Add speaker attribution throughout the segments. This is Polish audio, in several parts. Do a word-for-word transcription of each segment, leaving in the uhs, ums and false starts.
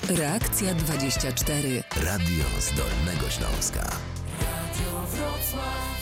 Speaker 1: Reakcja dwadzieścia cztery.
Speaker 2: Radio z Dolnego Śląska. Radio
Speaker 3: Wrocław.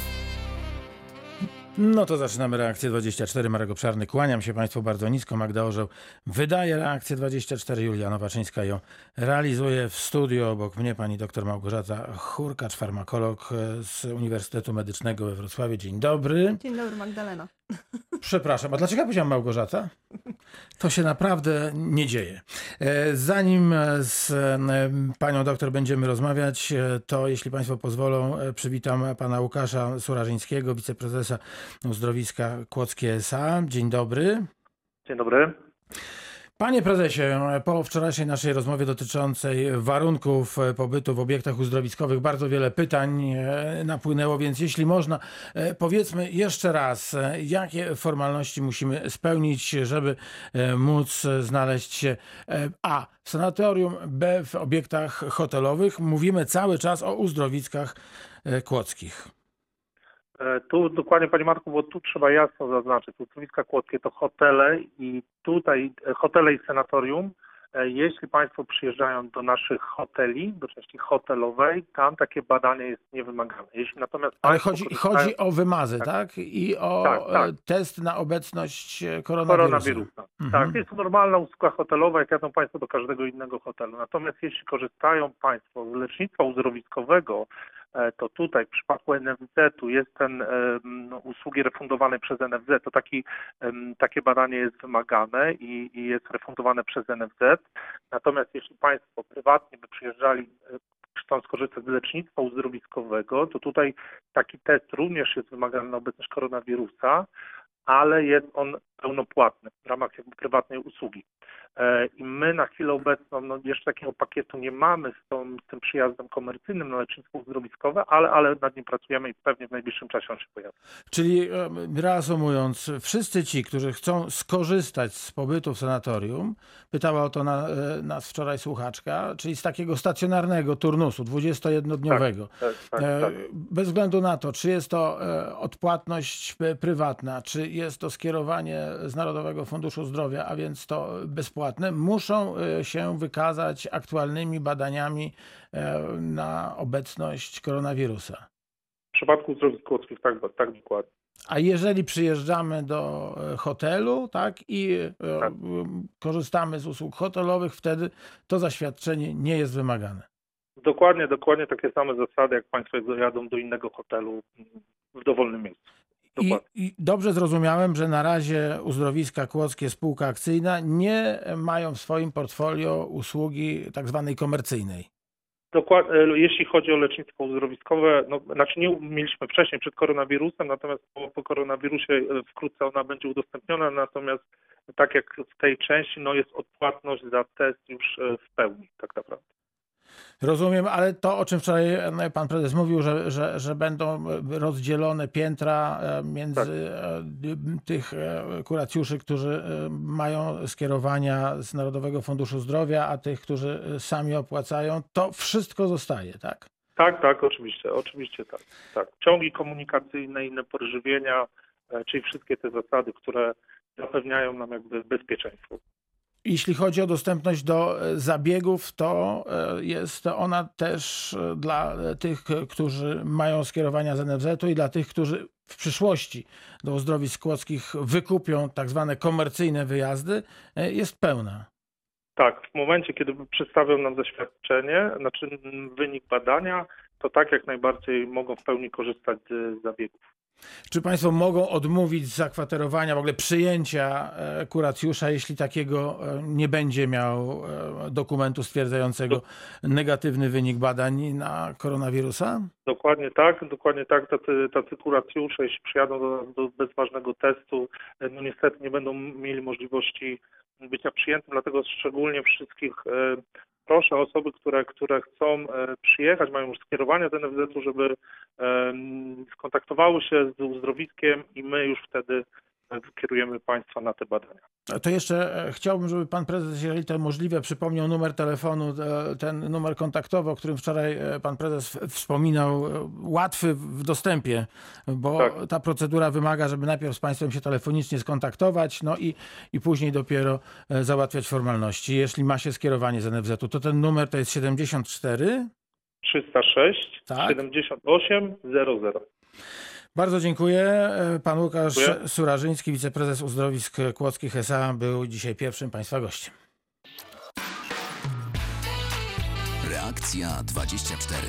Speaker 3: No to zaczynamy Reakcję dwadzieścia cztery. Marek Obszarny, kłaniam się Państwu bardzo nisko. Magda Orzeł wydaje Reakcję dwadzieścia cztery. Julia Nowaczyńska ją realizuje w studiu. Obok mnie pani dr Małgorzata Hurkacz, farmakolog z Uniwersytetu Medycznego we Wrocławiu. Dzień dobry.
Speaker 4: Dzień dobry, Magdalena.
Speaker 3: Przepraszam, a dlaczego ja powiedziałam Małgorzata? To się naprawdę nie dzieje. Zanim z panią doktor będziemy rozmawiać, to jeśli państwo pozwolą, przywitam pana Łukasza Surażyńskiego, wiceprezesa Uzdrowiska Kłodzkie S A. Dzień dobry.
Speaker 5: Dzień dobry.
Speaker 3: Panie prezesie, po wczorajszej naszej rozmowie dotyczącej warunków pobytu w obiektach uzdrowiskowych bardzo wiele pytań napłynęło, więc jeśli można, powiedzmy jeszcze raz, jakie formalności musimy spełnić, żeby móc znaleźć się a. w sanatorium, b. w obiektach hotelowych. Mówimy cały czas o uzdrowiskach kłodzkich.
Speaker 5: Tu dokładnie, panie Marku, bo tu trzeba jasno zaznaczyć, uzdrowiska kłodzkie to hotele i tutaj hotele i sanatorium. Jeśli państwo przyjeżdżają do naszych hoteli, do części hotelowej, tam takie badanie jest niewymagane. Jeśli natomiast
Speaker 3: Ale chodzi, korzystają... chodzi o wymazy, tak? tak? I o tak, tak. test na obecność koronawirusa. koronawirusa. Mhm.
Speaker 5: Tak, jest to normalna usługa hotelowa, jak jadą państwo do każdego innego hotelu. Natomiast jeśli korzystają państwo z lecznictwa uzdrowiskowego, to tutaj w przypadku N F Z-u jest ten um, usługi refundowane przez N F Z, to taki, um, takie badanie jest wymagane i, i jest refundowane przez N F Z. Natomiast jeśli państwo prywatnie by przyjeżdżali, chcą skorzystać z lecznictwa uzdrowiskowego, to tutaj taki test również jest wymagany na obecność koronawirusa, ale jest on pełnopłatny w ramach jakby prywatnej usługi. I my na chwilę obecną no jeszcze takiego pakietu nie mamy z, tą, z tym przyjazdem komercyjnym na lecznictwo uzdrowiskowe, ale, ale nad nim pracujemy i pewnie w najbliższym czasie on się pojawi.
Speaker 3: Czyli reasumując, wszyscy ci, którzy chcą skorzystać z pobytu w sanatorium, pytała o to na, nas wczoraj słuchaczka, czyli z takiego stacjonarnego turnusu dwudziestojednodniowego. Tak, tak, tak, tak. Bez względu na to, czy jest to odpłatność prywatna, czy jest to skierowanie z Narodowego Funduszu Zdrowia, a więc to bezpłatne, muszą się wykazać aktualnymi badaniami na obecność koronawirusa.
Speaker 5: W przypadku uzdrowisk kłodzkich tak, tak dokładnie.
Speaker 3: A jeżeli przyjeżdżamy do hotelu, tak, i tak. korzystamy z usług hotelowych, wtedy to zaświadczenie nie jest wymagane.
Speaker 5: Dokładnie, dokładnie takie same zasady, jak państwo jadą do innego hotelu w dowolnym miejscu.
Speaker 3: I, I dobrze zrozumiałem, że na razie Uzdrowiska Kłodzkie spółka akcyjna nie mają w swoim portfolio usługi tak zwanej komercyjnej.
Speaker 5: Dokładnie, jeśli chodzi o lecznictwo uzdrowiskowe, no, znaczy nie mieliśmy wcześniej przed koronawirusem, natomiast po, po koronawirusie wkrótce ona będzie udostępniona, natomiast tak jak w tej części, no jest odpłatność za test już w pełni tak naprawdę.
Speaker 3: Rozumiem, ale to, o czym wczoraj pan prezes mówił, że, że, że będą rozdzielone piętra między tak. tych kuracjuszy, którzy mają skierowania z Narodowego Funduszu Zdrowia, a tych, którzy sami opłacają, to wszystko zostaje, tak?
Speaker 5: Tak, tak, oczywiście, oczywiście tak. tak. Ciągi komunikacyjne, inne pożywienia, czyli wszystkie te zasady, które zapewniają nam jakby bezpieczeństwo.
Speaker 3: Jeśli chodzi o dostępność do zabiegów, to jest ona też dla tych, którzy mają skierowania z N F Z-u i dla tych, którzy w przyszłości do uzdrowisk kłodzkich wykupią tak zwane komercyjne wyjazdy, jest pełna.
Speaker 5: Tak, w momencie, kiedy przedstawią nam zaświadczenie, znaczy wynik badania, to tak jak najbardziej mogą w pełni korzystać z zabiegów.
Speaker 3: Czy państwo mogą odmówić zakwaterowania, w ogóle przyjęcia kuracjusza, jeśli takiego nie będzie miał dokumentu stwierdzającego negatywny wynik badań na koronawirusa?
Speaker 5: Dokładnie tak, dokładnie tak. Tacy, tacy kuracjusze, jeśli przyjadą do, do bezważnego testu, no niestety nie będą mieli możliwości bycia przyjętym, dlatego szczególnie wszystkich proszę osoby, które, które chcą przyjechać, mają już skierowanie do N F Z-u, żeby skontaktowały się z uzdrowiskiem i my już wtedy kierujemy Państwa na te badania.
Speaker 3: To jeszcze chciałbym, żeby pan prezes, jeżeli to możliwe, przypomniał numer telefonu, ten numer kontaktowy, o którym wczoraj pan prezes wspominał, łatwy w dostępie, bo tak. Ta procedura wymaga, żeby najpierw z państwem się telefonicznie skontaktować, no i, i później dopiero załatwiać formalności. Jeśli ma się skierowanie z N F Z-u, to ten numer to jest siedemdziesiąt cztery
Speaker 5: trzysta sześć tak? siedemdziesiąt osiem zero zero.
Speaker 3: Bardzo dziękuję. Pan Łukasz
Speaker 5: Dziękuję.
Speaker 3: Surażyński, wiceprezes Uzdrowisk Kłodzkich S A, był dzisiaj pierwszym państwa gościem.
Speaker 2: Reakcja dwadzieścia cztery.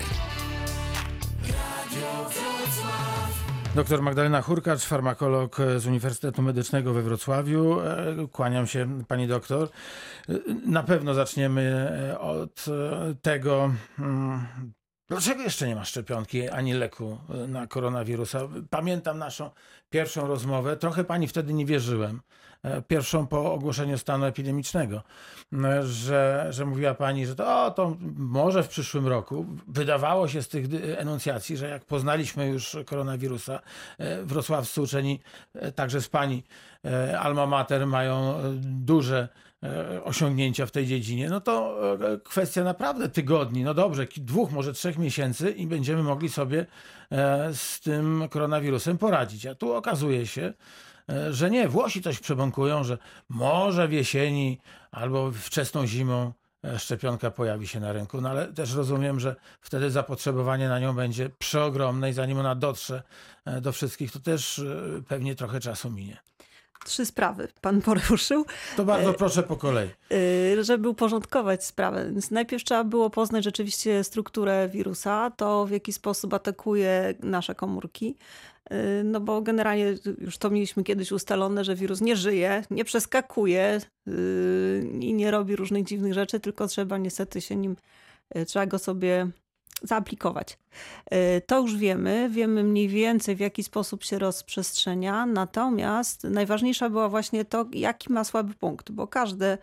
Speaker 3: Doktor Magdalena Hurkacz, farmakolog z Uniwersytetu Medycznego we Wrocławiu. Kłaniam się, pani doktor. Na pewno zaczniemy od tego, dlaczego jeszcze nie ma szczepionki ani leku na koronawirusa. Pamiętam naszą pierwszą rozmowę. Trochę pani wtedy nie wierzyłem. Pierwszą po ogłoszeniu stanu epidemicznego, że, że mówiła pani, że to, o, to może w przyszłym roku. Wydawało się z tych enuncjacji, że jak poznaliśmy już koronawirusa, wrocławscy uczeni, także z pani alma mater, mają duże osiągnięcia w tej dziedzinie, no to kwestia naprawdę tygodni, no dobrze, dwóch, może trzech miesięcy i będziemy mogli sobie z tym koronawirusem poradzić. A tu okazuje się, że nie, Włosi coś przebąkują, że może w jesieni albo wczesną zimą szczepionka pojawi się na rynku, no ale też rozumiem, że wtedy zapotrzebowanie na nią będzie przeogromne i zanim ona dotrze do wszystkich, to też pewnie trochę czasu minie.
Speaker 4: Trzy sprawy pan poruszył.
Speaker 3: To bardzo proszę po kolei.
Speaker 4: Żeby uporządkować sprawę. Więc najpierw trzeba było poznać rzeczywiście strukturę wirusa, to w jaki sposób atakuje nasze komórki. No bo generalnie już to mieliśmy kiedyś ustalone, że wirus nie żyje, nie przeskakuje i nie robi różnych dziwnych rzeczy, tylko trzeba niestety się nim, trzeba go sobie zaaplikować. To już wiemy, wiemy mniej więcej w jaki sposób się rozprzestrzenia, natomiast najważniejsza była właśnie to, jaki ma słaby punkt, bo każda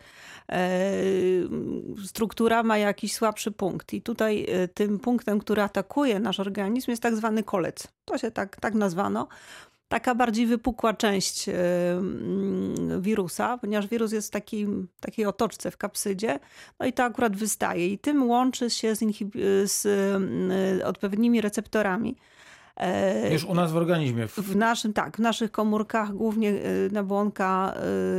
Speaker 4: struktura ma jakiś słabszy punkt i tutaj tym punktem, który atakuje nasz organizm jest tak zwany kolec. To się tak, tak nazwano. Taka bardziej wypukła część wirusa, ponieważ wirus jest w takiej, takiej otoczce, w kapsydzie, no i to akurat wystaje i tym łączy się z, inhib- z odpowiednimi receptorami.
Speaker 3: Już u nas w organizmie.
Speaker 4: W naszym, tak, w naszych komórkach, głównie nabłonka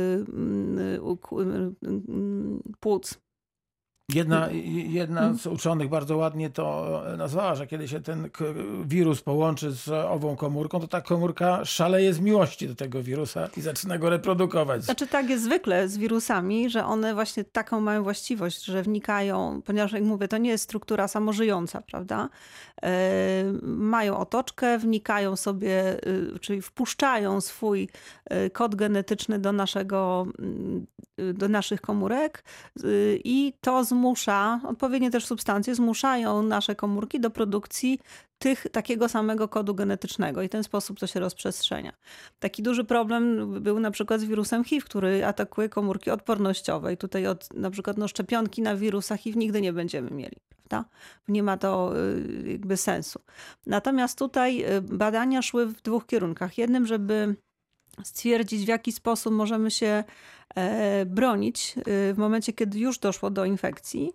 Speaker 4: płuc.
Speaker 3: Jedna, jedna z uczonych bardzo ładnie to nazwała, że kiedy się ten wirus połączy z ową komórką, to ta komórka szaleje z miłości do tego wirusa i zaczyna go reprodukować.
Speaker 4: Znaczy tak jest zwykle z wirusami, że one właśnie taką mają właściwość, że wnikają, ponieważ jak mówię, to nie jest struktura samożyjąca, prawda? Yy, mają otoczkę, wnikają sobie, yy, czyli wpuszczają swój yy, kod genetyczny do naszego, yy, do naszych komórek yy, i to zmusza, odpowiednie też substancje zmuszają nasze komórki do produkcji tych, takiego samego kodu genetycznego i w ten sposób to się rozprzestrzenia. Taki duży problem był na przykład z wirusem H I V, który atakuje komórki odpornościowe i tutaj od, na przykład no, szczepionki na wirusa H I V nigdy nie będziemy mieli. Prawda? Nie ma to jakby sensu. Natomiast tutaj badania szły w dwóch kierunkach. Jednym, żeby stwierdzić, w jaki sposób możemy się bronić w momencie, kiedy już doszło do infekcji.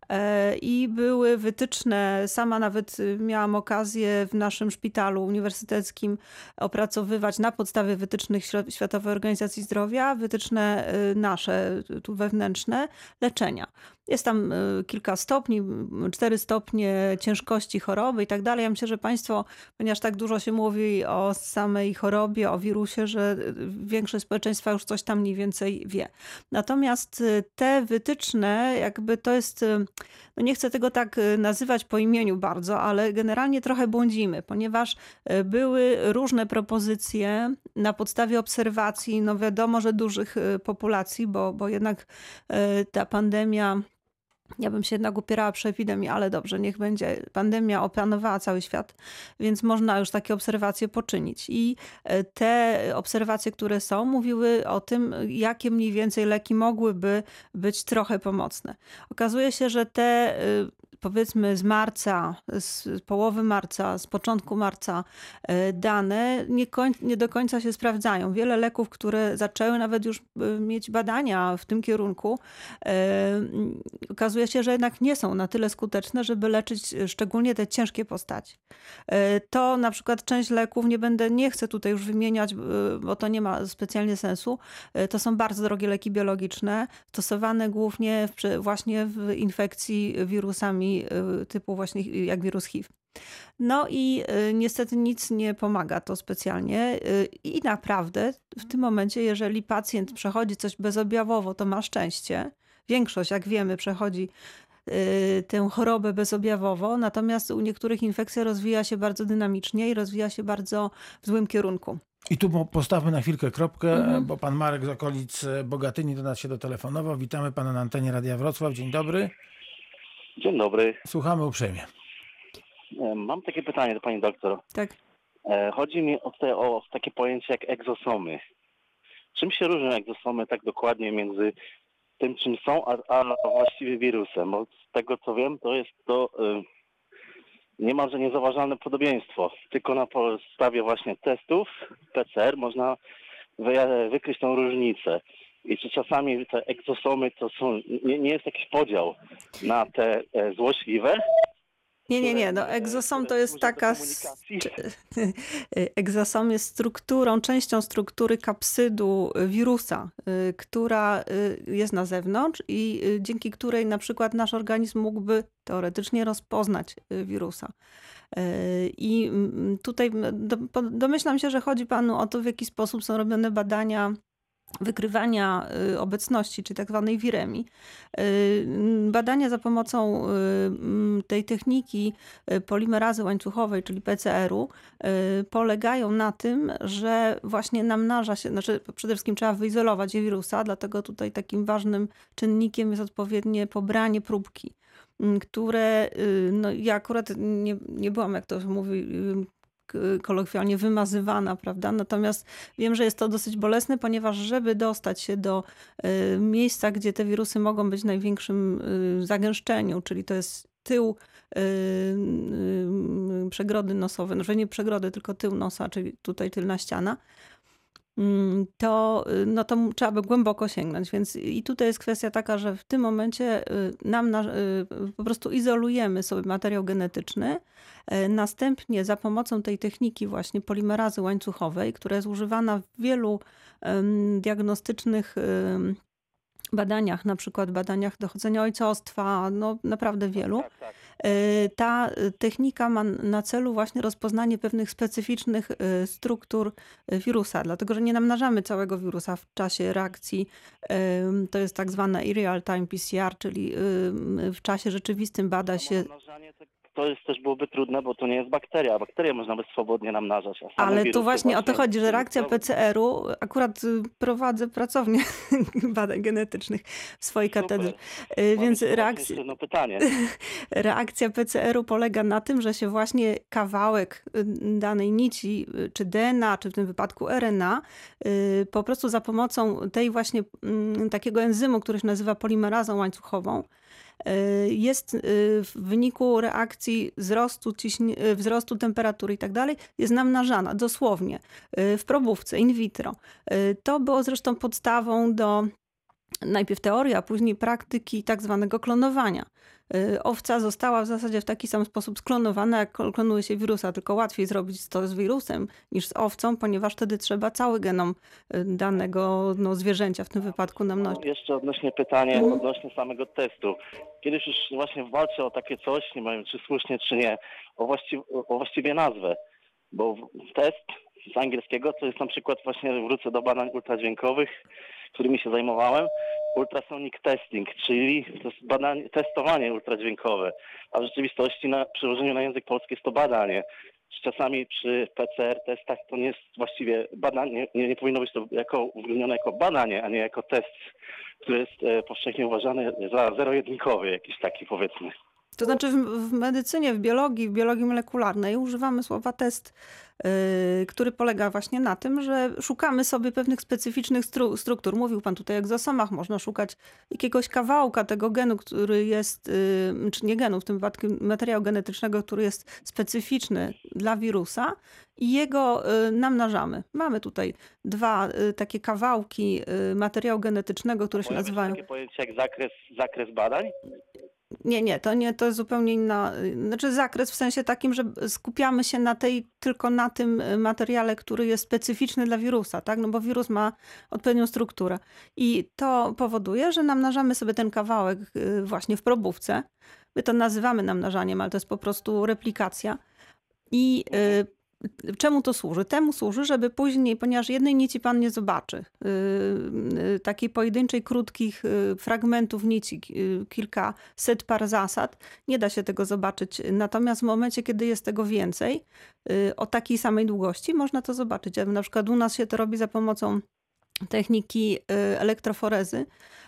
Speaker 4: I były wytyczne, sama nawet miałam okazję w naszym szpitalu uniwersyteckim opracowywać na podstawie wytycznych Światowej Organizacji Zdrowia, wytyczne nasze, tu wewnętrzne, leczenia. Jest tam kilka stopni, cztery stopnie ciężkości choroby i tak dalej. Ja myślę, że państwo, ponieważ tak dużo się mówi o samej chorobie, o wirusie, że większość społeczeństwa już coś tam mniej więcej wie. Natomiast te wytyczne, jakby to jest, no nie chcę tego tak nazywać po imieniu bardzo, ale generalnie trochę błądzimy, ponieważ były różne propozycje na podstawie obserwacji, no wiadomo, że dużych populacji, bo, bo jednak ta pandemia, ja bym się jednak upierała przy epidemii, ale dobrze, niech będzie. Pandemia opanowała cały świat, więc można już takie obserwacje poczynić. I te obserwacje, które są, mówiły o tym, jakie mniej więcej leki mogłyby być trochę pomocne. Okazuje się, że te powiedzmy z marca, z połowy marca, z początku marca dane nie, koń, nie do końca się sprawdzają. Wiele leków, które zaczęły nawet już mieć badania w tym kierunku, okazuje się, że jednak nie są na tyle skuteczne, żeby leczyć szczególnie te ciężkie postaci. To na przykład część leków, nie będę, nie chcę tutaj już wymieniać, bo to nie ma specjalnie sensu, to są bardzo drogie leki biologiczne, stosowane głównie w, właśnie w infekcji wirusami typu właśnie jak wirus H I V. No i niestety nic nie pomaga to specjalnie i naprawdę w tym momencie, jeżeli pacjent przechodzi coś bezobjawowo, to ma szczęście. Większość, jak wiemy, przechodzi tę chorobę bezobjawowo, natomiast u niektórych infekcja rozwija się bardzo dynamicznie i rozwija się bardzo w złym kierunku.
Speaker 3: I tu postawmy na chwilkę kropkę,
Speaker 4: Mhm.
Speaker 3: bo pan Marek z okolic Bogatyni do nas się dotelefonował. Witamy pana na antenie Radia Wrocław. Dzień dobry.
Speaker 6: Dzień dobry.
Speaker 3: Słuchamy uprzejmie.
Speaker 6: E, Mam takie pytanie do pani doktor.
Speaker 4: Tak.
Speaker 6: E, Chodzi mi o, te, o takie pojęcie jak egzosomy. Czym się różnią egzosomy tak dokładnie między tym, czym są, a, a właściwie wirusem? Bo z tego co wiem, to jest to y, niemalże niezauważalne podobieństwo. Tylko na podstawie właśnie testów P C R można wy, wykryć tą różnicę. I czy czasami te egzosomy to są, nie, nie jest jakiś podział na te e, złośliwe?
Speaker 4: Nie, nie, nie.
Speaker 6: które-
Speaker 4: No, egzosom to
Speaker 6: które
Speaker 4: jest
Speaker 6: służą do
Speaker 4: taka...
Speaker 6: komunikacji.
Speaker 4: Egzosom jest strukturą, częścią struktury kapsydu wirusa, y, która y, jest na zewnątrz i y, dzięki której na przykład nasz organizm mógłby teoretycznie rozpoznać y, wirusa. Y, I mm, tutaj mm, do, po- domyślam się, że chodzi panu o to, w jaki sposób są robione badania wykrywania y, obecności, czy tak zwanej wiremii. Y, Badania za pomocą y, m, tej techniki y, polimerazy łańcuchowej, czyli P C R u, y, polegają na tym, że właśnie namnaża się, znaczy przede wszystkim trzeba wyizolować wirusa, dlatego tutaj takim ważnym czynnikiem jest odpowiednie pobranie próbki, m, które, y, no ja akurat nie, nie byłam, jak to mówi y, k- kolokwialnie, wymazywana, prawda? Natomiast wiem, że jest to dosyć bolesne, ponieważ żeby dostać się do y, miejsca, gdzie te wirusy mogą być w największym y, zagęszczeniu, czyli to jest tył y, y, przegrody nosowej, no że nie przegrody, tylko tył nosa, czyli tutaj tylna ściana, mm, to, y, no to m- trzeba by głęboko sięgnąć. Więc i tutaj jest kwestia taka, że w tym momencie y, nam na, y, po prostu izolujemy sobie materiał genetyczny. E, Następnie za pomocą tej techniki właśnie polimerazy łańcuchowej, która jest używana w wielu em, diagnostycznych em, badaniach, na przykład badaniach dochodzenia ojcostwa, no naprawdę wielu.
Speaker 6: Tak, tak.
Speaker 4: E, Ta e, technika ma na celu właśnie rozpoznanie pewnych specyficznych e, struktur e, wirusa, dlatego że nie namnażamy całego wirusa w czasie reakcji. Em, To jest tak zwane real-time P C R, czyli em, w czasie rzeczywistym bada się.
Speaker 6: Namnażanie to, to jest też byłoby trudne, bo to nie jest bakteria. Bakterie można by swobodnie namnażać. A same
Speaker 4: Ale tu
Speaker 6: wirusy
Speaker 4: właśnie o to chodzi, że reakcja
Speaker 6: wirusy-
Speaker 4: P C R u, akurat y, prowadzę pracownię badań genetycznych w swojej
Speaker 6: Super.
Speaker 4: katedrze, Y,
Speaker 6: Mam
Speaker 4: więc
Speaker 6: jeszcze
Speaker 4: reakcja,
Speaker 6: jeszcze jedno pytanie.
Speaker 4: reakcja P C R u polega na tym, że się właśnie kawałek y, danej nici, y, czy D N A, czy w tym wypadku R N A, y, po prostu za pomocą tej właśnie mm, takiego enzymu, który się nazywa polimerazą łańcuchową, y, jest y, w wyniku reakcji wzrostu, ciśnie, y, wzrostu temperatury i tak dalej, jest namnażana dosłownie y, w probówce in vitro. Y, To było zresztą podstawą do najpierw teorii, a później praktyki tak zwanego klonowania. Y, Owca została w zasadzie w taki sam sposób sklonowana, jak kol- klonuje się wirusa, tylko łatwiej zrobić to z wirusem niż z owcą, ponieważ wtedy trzeba cały genom y, danego no, zwierzęcia, w tym wypadku namnożyć.
Speaker 6: Jeszcze odnośnie pytania,
Speaker 4: Mhm.
Speaker 6: odnośnie samego testu. Kiedyś już właśnie walczę o takie coś, nie wiem czy słusznie, czy nie, o, właści- o właściwie nazwę. Bo w- test z angielskiego to jest na przykład, właśnie wrócę do badań ultradźwiękowych, którymi się zajmowałem, ultrasonic testing, czyli to jest badanie, testowanie ultradźwiękowe, a w rzeczywistości na przełożeniu na język polski jest to badanie. Czasami przy P C R testach to nie jest właściwie badanie, nie, nie powinno być to jako uwzględnione jako badanie, a nie jako test, który jest e, powszechnie uważany za zero-jedynkowy, jakiś taki powiedzmy.
Speaker 4: To znaczy w, w medycynie, w biologii, w biologii molekularnej używamy słowa test, yy, który polega właśnie na tym, że szukamy sobie pewnych specyficznych stru, struktur. Mówił pan tutaj o egzosomach, można szukać jakiegoś kawałka tego genu, który jest, yy, czy nie genu, w tym wypadku materiału genetycznego, który jest specyficzny dla wirusa i jego yy, namnażamy. Mamy tutaj dwa yy, takie kawałki yy, materiału genetycznego, które się
Speaker 6: Pojawia się
Speaker 4: nazywają...
Speaker 6: takie pojęcie jak zakres, zakres badań?
Speaker 4: Nie, nie, to nie, to jest zupełnie inna, znaczy zakres w sensie takim, że skupiamy się na tej, tylko na tym materiale, który jest specyficzny dla wirusa, tak? No bo wirus ma odpowiednią strukturę. I to powoduje, że namnażamy sobie ten kawałek y, właśnie w probówce. My to nazywamy namnażaniem, ale to jest po prostu replikacja. I y, czemu to służy? Temu służy, żeby później, ponieważ jednej nici pan nie zobaczy, yy, yy, takiej pojedynczej, krótkich yy, fragmentów nici, yy, kilkaset par zasad, nie da się tego zobaczyć. Natomiast w momencie, kiedy jest tego więcej, yy, o takiej samej długości, można to zobaczyć. Na przykład u nas się to robi za pomocą techniki yy, elektroforezy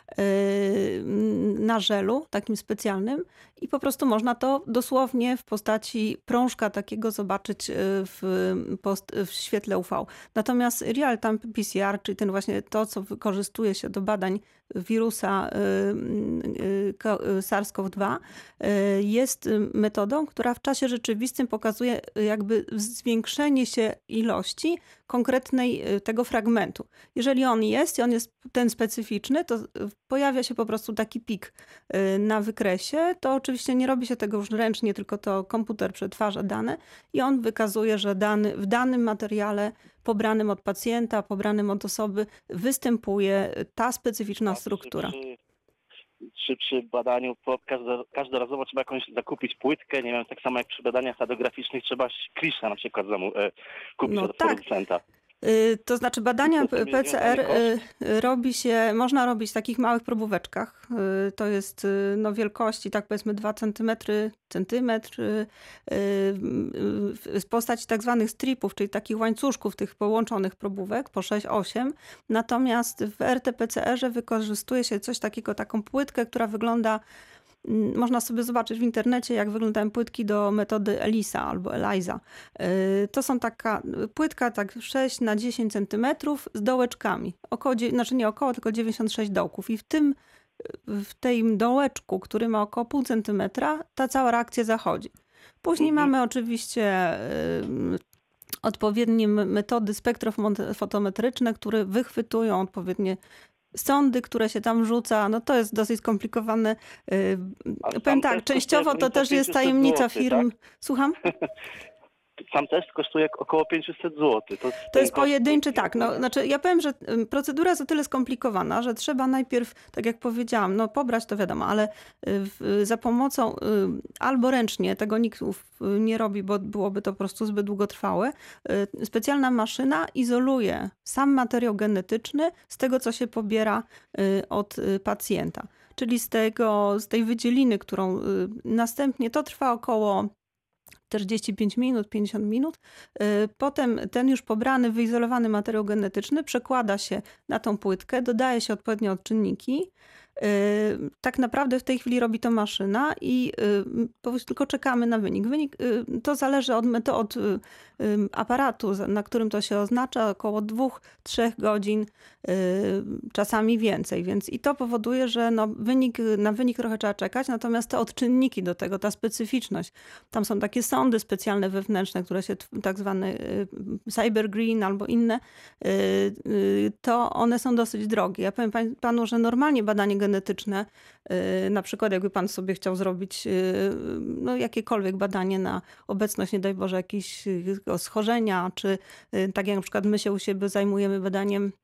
Speaker 4: yy, na żelu, takim specjalnym i po prostu można to dosłownie w postaci prążka takiego zobaczyć yy, w, post, w świetle U V. Natomiast real-time P C R, czyli ten właśnie to, co wykorzystuje się do badań wirusa yy, yy, SARS-CoV dwa, yy, jest metodą, która w czasie rzeczywistym pokazuje jakby zwiększenie się ilości konkretnej tego fragmentu. Jeżeli on jest i on jest ten specyficzny, to pojawia się po prostu taki pik na wykresie. To oczywiście nie robi się tego już ręcznie, tylko to komputer przetwarza dane i on wykazuje, że dany, w danym materiale pobranym od pacjenta, pobranym od osoby występuje ta specyficzna struktura.
Speaker 6: Czy przy, czy przy badaniu każdo, każdorazowo trzeba jakąś zakupić płytkę? Nie wiem, tak samo jak przy badaniach radiograficznych trzeba kliszę na przykład zamu, e, kupić
Speaker 4: No
Speaker 6: od
Speaker 4: tak.
Speaker 6: producenta.
Speaker 4: To znaczy badania
Speaker 6: To sobie
Speaker 4: P C R
Speaker 6: związany
Speaker 4: robi się, można robić w takich małych probóweczkach. To jest no, wielkości, tak powiedzmy dwa centymetry, centymetr, w postaci tak zwanych stripów, czyli takich łańcuszków tych połączonych probówek po sześć osiem. Natomiast w R T P C R-ze wykorzystuje się coś takiego, taką płytkę, która wygląda, można sobie zobaczyć w internecie, jak wyglądają płytki do metody ELISA albo ELISA. To są taka płytka tak sześć na dziesięć centymetrów z dołeczkami. Około, znaczy nie około, tylko dziewięćdziesiąt sześć dołków. I w tym, w tym dołeczku, który ma około pół centymetra, ta cała reakcja zachodzi. Później mhm. mamy oczywiście y, odpowiednie metody spektrofotometryczne, które wychwytują odpowiednie sądy, które się tam rzuca, no to jest dosyć skomplikowane. Powiem tak, częściowo to też jest tajemnica firm. Tak? Słucham?
Speaker 6: Sam test kosztuje około pięćset złotych. To,
Speaker 4: to jest pojedynczy, tak. No, znaczy ja powiem, że procedura jest o tyle skomplikowana, że trzeba najpierw, tak jak powiedziałam, no pobrać to wiadomo, ale w, za pomocą albo ręcznie, tego nikt nie robi, bo byłoby to po prostu zbyt długotrwałe, specjalna maszyna izoluje sam materiał genetyczny z tego, co się pobiera od pacjenta. Czyli z, tego, z tej wydzieliny, którą następnie, to trwa około czterdzieści pięć minut, pięćdziesiąt minut. Potem ten już pobrany, wyizolowany materiał genetyczny przekłada się na tą płytkę, dodaje się odpowiednie odczynniki. Tak naprawdę w tej chwili robi to maszyna i po prostu tylko czekamy na wynik. Wynik to zależy od, od aparatu, na którym to się oznacza, około dwóch, trzech godzin, czasami więcej. Więc i to powoduje, że no wynik, na wynik trochę trzeba czekać, natomiast te odczynniki do tego, ta specyficzność, tam są takie sądy specjalne wewnętrzne, które się tak zwane cyber green albo inne, to one są dosyć drogie. Ja powiem panu, że normalnie badanie genetyczne, na przykład jakby pan sobie chciał zrobić no, jakiekolwiek badanie na obecność, nie daj Boże, jakiegoś schorzenia, czy tak jak na przykład my się u siebie zajmujemy badaniem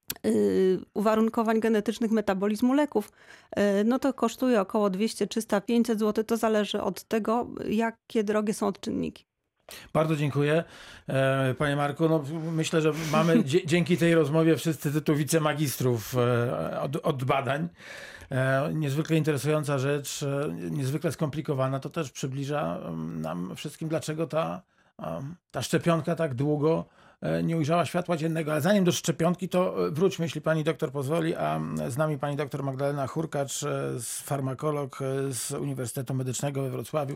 Speaker 4: uwarunkowań genetycznych metabolizmu leków, no to kosztuje około dwieście, trzysta, pięćset złotych. To zależy od tego, jakie drogie są odczynniki.
Speaker 3: Bardzo dziękuję. Panie Marku, no myślę, że mamy dzięki tej rozmowie wszyscy tytuł wicemagistrów od, od badań. Niezwykle interesująca rzecz, niezwykle skomplikowana. To też przybliża nam wszystkim, dlaczego ta, ta szczepionka tak długo e, nie ujrzała światła dziennego. Ale zanim do szczepionki, to e, wróćmy, jeśli pani doktor pozwoli, a z nami pani doktor Magdalena Hurkacz, e, z farmakolog e, z Uniwersytetu Medycznego we Wrocławiu.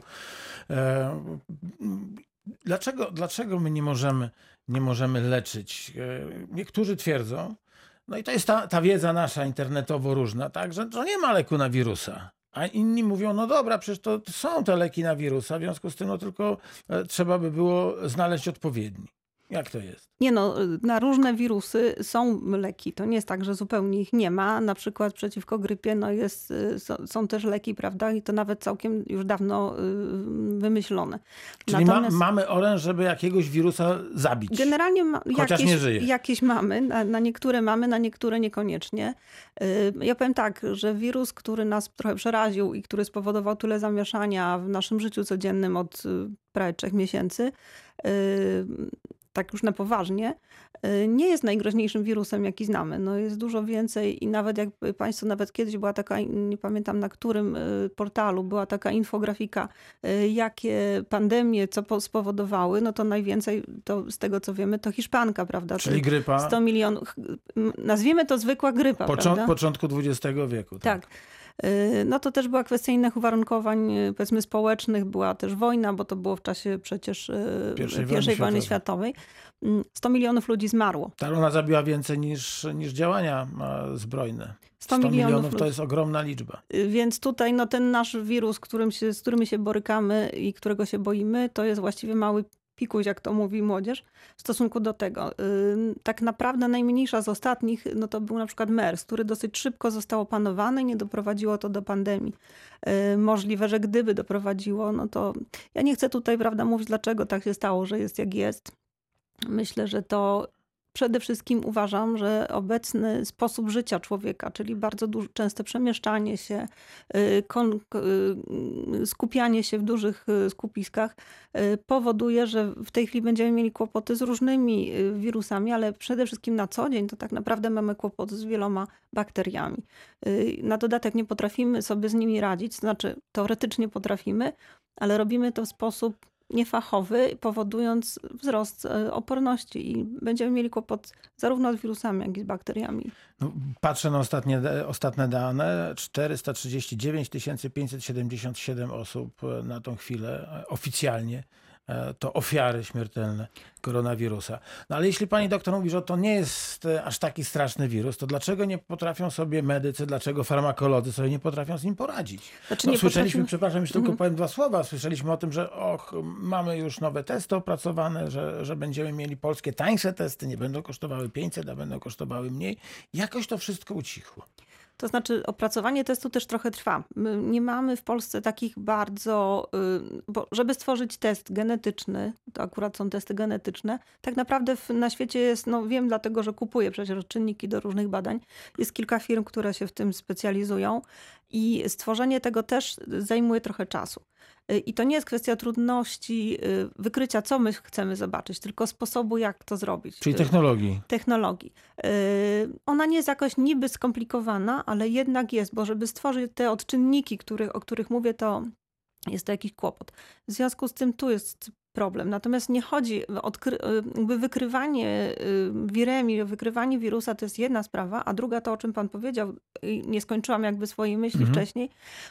Speaker 3: E, dlaczego, dlaczego my nie możemy, nie możemy leczyć? E, niektórzy twierdzą, no i to jest ta, ta wiedza nasza internetowo różna, tak, że, że nie ma leku na wirusa. A inni mówią, no dobra, przecież to są te leki na wirusa, w związku z tym no tylko e, trzeba by było znaleźć odpowiedni. Jak to jest?
Speaker 4: Nie no, na różne wirusy są leki. To nie jest tak, że zupełnie ich nie ma. Na przykład przeciwko grypie no jest, są, są też leki, prawda? I to nawet całkiem już dawno y, wymyślone.
Speaker 3: Czyli
Speaker 4: Natomiast...
Speaker 3: ma, mamy oręż, żeby jakiegoś wirusa zabić.
Speaker 4: Generalnie ma,
Speaker 3: Chociaż
Speaker 4: jakieś,
Speaker 3: nie żyje.
Speaker 4: jakieś mamy, na, na niektóre mamy, na niektóre niekoniecznie. Y, Ja powiem tak, że wirus, który nas trochę przeraził i który spowodował tyle zamieszania w naszym życiu codziennym od y, prawie trzech miesięcy, y, tak już na poważnie, nie jest najgroźniejszym wirusem, jaki znamy. No jest dużo więcej i nawet jak państwo, nawet kiedyś była taka, nie pamiętam na którym portalu, była taka infografika, jakie pandemie, co spowodowały, no to najwięcej, to z tego co wiemy, to hiszpanka, prawda?
Speaker 3: Czyli grypa.
Speaker 4: sto milionów, nazwijmy to zwykła grypa,
Speaker 3: Począ-
Speaker 4: prawda?
Speaker 3: Początku dwudziestego wieku. Tak.
Speaker 4: Tak. No to też była kwestia innych uwarunkowań, powiedzmy, społecznych. Była też wojna, bo to było w czasie przecież
Speaker 3: Pierwszej
Speaker 4: pierwszej
Speaker 3: wojny
Speaker 4: wojny światowej. sto milionów ludzi zmarło.
Speaker 3: Ta ona zabiła więcej niż, niż działania e, zbrojne.
Speaker 4: sto milionów
Speaker 3: to jest ogromna liczba.
Speaker 4: Więc tutaj no, ten nasz wirus, którym się, z którym się borykamy i którego się boimy, to jest właściwie mały pikuś, jak to mówi młodzież, w stosunku do tego. Tak naprawdę najmniejsza z ostatnich, no to był na przykład MERS, który dosyć szybko został opanowany i nie doprowadziło to do pandemii. Możliwe, że gdyby doprowadziło, no to ja nie chcę tutaj, prawda, mówić, dlaczego tak się stało, że jest jak jest. Myślę, że to przede wszystkim uważam, że obecny sposób życia człowieka, czyli bardzo duże, częste przemieszczanie się, kon, skupianie się w dużych skupiskach, powoduje, że w tej chwili będziemy mieli kłopoty z różnymi wirusami, ale przede wszystkim na co dzień to tak naprawdę mamy kłopot z wieloma bakteriami. Na dodatek nie potrafimy sobie z nimi radzić, to znaczy teoretycznie potrafimy, ale robimy to w sposób niefachowy, powodując wzrost oporności i będziemy mieli kłopot zarówno z wirusami, jak i z bakteriami.
Speaker 3: No, patrzę na ostatnie, ostatnie dane. czterysta trzydzieści dziewięć tysięcy pięćset siedemdziesiąt siedem osób na tą chwilę oficjalnie to ofiary śmiertelne koronawirusa. No ale jeśli pani doktor mówi, że to nie jest aż taki straszny wirus, to dlaczego nie potrafią sobie medycy, dlaczego farmakolodzy sobie nie potrafią z nim poradzić?
Speaker 4: Znaczy,
Speaker 3: no,
Speaker 4: nie
Speaker 3: słyszeliśmy,
Speaker 4: potrafimy...
Speaker 3: przepraszam, jeszcze
Speaker 4: Mhm.
Speaker 3: tylko powiem dwa słowa, słyszeliśmy o tym, że och, mamy już nowe testy opracowane, że, że będziemy mieli polskie tańsze testy, nie będą kosztowały pięćset, a będą kosztowały mniej. Jakoś to wszystko ucichło.
Speaker 4: To znaczy opracowanie testu też trochę trwa. My nie mamy w Polsce takich bardzo, bo żeby stworzyć test genetyczny, to akurat są testy genetyczne, tak naprawdę na świecie jest, no wiem dlatego, że kupuję przecież czynniki do różnych badań, jest kilka firm, które się w tym specjalizują i stworzenie tego też zajmuje trochę czasu. I to nie jest kwestia trudności wykrycia, co my chcemy zobaczyć, tylko sposobu, jak to zrobić.
Speaker 3: Czyli technologii.
Speaker 4: Technologii. Ona nie jest jakoś niby skomplikowana, ale jednak jest, bo żeby stworzyć te odczynniki, których, o których mówię, to jest to jakiś kłopot. W związku z tym tu jest problem. Natomiast nie chodzi, odkry- jakby wykrywanie wiremii, wykrywanie wirusa to jest jedna sprawa, a druga to, o czym pan powiedział, i nie skończyłam jakby swojej myśli
Speaker 3: Mhm.
Speaker 4: wcześniej,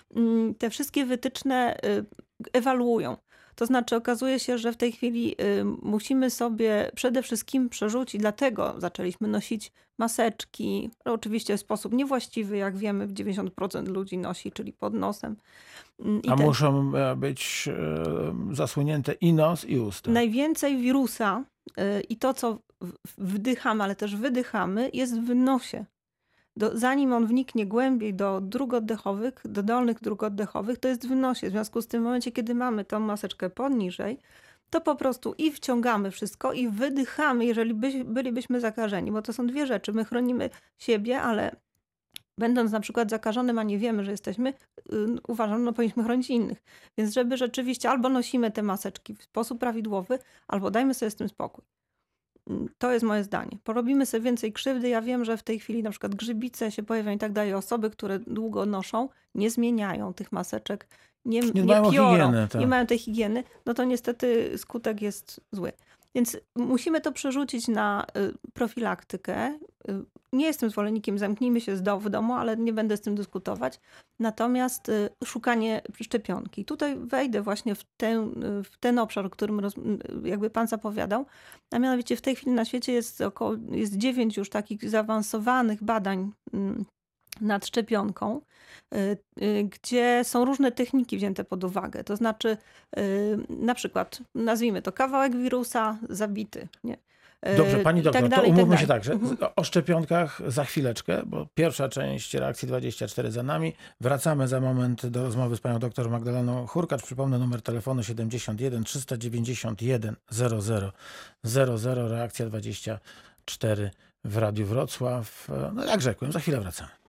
Speaker 4: te wszystkie wytyczne ewaluują. To znaczy okazuje się, że w tej chwili musimy sobie przede wszystkim przerzucić, dlatego zaczęliśmy nosić maseczki, oczywiście w sposób niewłaściwy, jak wiemy, dziewięćdziesiąt procent ludzi nosi, czyli pod nosem. I
Speaker 3: A
Speaker 4: ten-
Speaker 3: muszą być e, zasłonięte i nos, i usta.
Speaker 4: Najwięcej wirusa y, i to, co w- wdychamy, ale też wydychamy, jest w nosie. Do, zanim on wniknie głębiej do dróg oddechowych, do dolnych dróg oddechowych, to jest w nosie. W związku z tym w momencie, kiedy mamy tą maseczkę poniżej, to po prostu i wciągamy wszystko i wydychamy, jeżeli by, bylibyśmy zakażeni, bo to są dwie rzeczy. My chronimy siebie, ale będąc na przykład zakażonym, a nie wiemy, że jesteśmy, yy, uważam, no powinniśmy chronić innych. Więc żeby rzeczywiście albo nosimy te maseczki w sposób prawidłowy, albo dajmy sobie z tym spokój. Yy, To jest moje zdanie. Porobimy sobie więcej krzywdy. Ja wiem, że w tej chwili na przykład grzybice się pojawiają i tak dalej. Osoby, które długo noszą, nie zmieniają tych maseczek, nie,
Speaker 3: Nie
Speaker 4: nie
Speaker 3: dbają o
Speaker 4: piorą,
Speaker 3: higienę, tak.
Speaker 4: nie mają tej higieny, no to niestety skutek jest zły. Więc musimy to przerzucić na y, profilaktykę. Y, Nie jestem zwolennikiem, zamknijmy się z do, w domu, ale nie będę z tym dyskutować. Natomiast y, szukanie szczepionki. Tutaj wejdę właśnie w ten, w ten obszar, o którym roz, jakby pan zapowiadał. A mianowicie w tej chwili na świecie jest około jest dziewięć już takich zaawansowanych badań mm, nad szczepionką, y, y, gdzie są różne techniki wzięte pod uwagę. To znaczy y, na przykład, nazwijmy to kawałek wirusa zabity. Nie? Y,
Speaker 3: Dobrze, pani
Speaker 4: i tak
Speaker 3: doktor, to
Speaker 4: dalej, i tak
Speaker 3: umówmy się
Speaker 4: dalej.
Speaker 3: tak, że
Speaker 4: Mhm.
Speaker 3: o szczepionkach za chwileczkę, bo pierwsza część reakcji dwadzieścia cztery za nami. Wracamy za moment do rozmowy z panią doktor Magdaleną Hurkacz. Przypomnę numer telefonu siedemdziesiąt jeden trzysta dziewięćdziesiąt jeden zero zero zero zero. Reakcja dwadzieścia cztery w Radiu Wrocław. No jak rzekłem, za chwilę wracamy.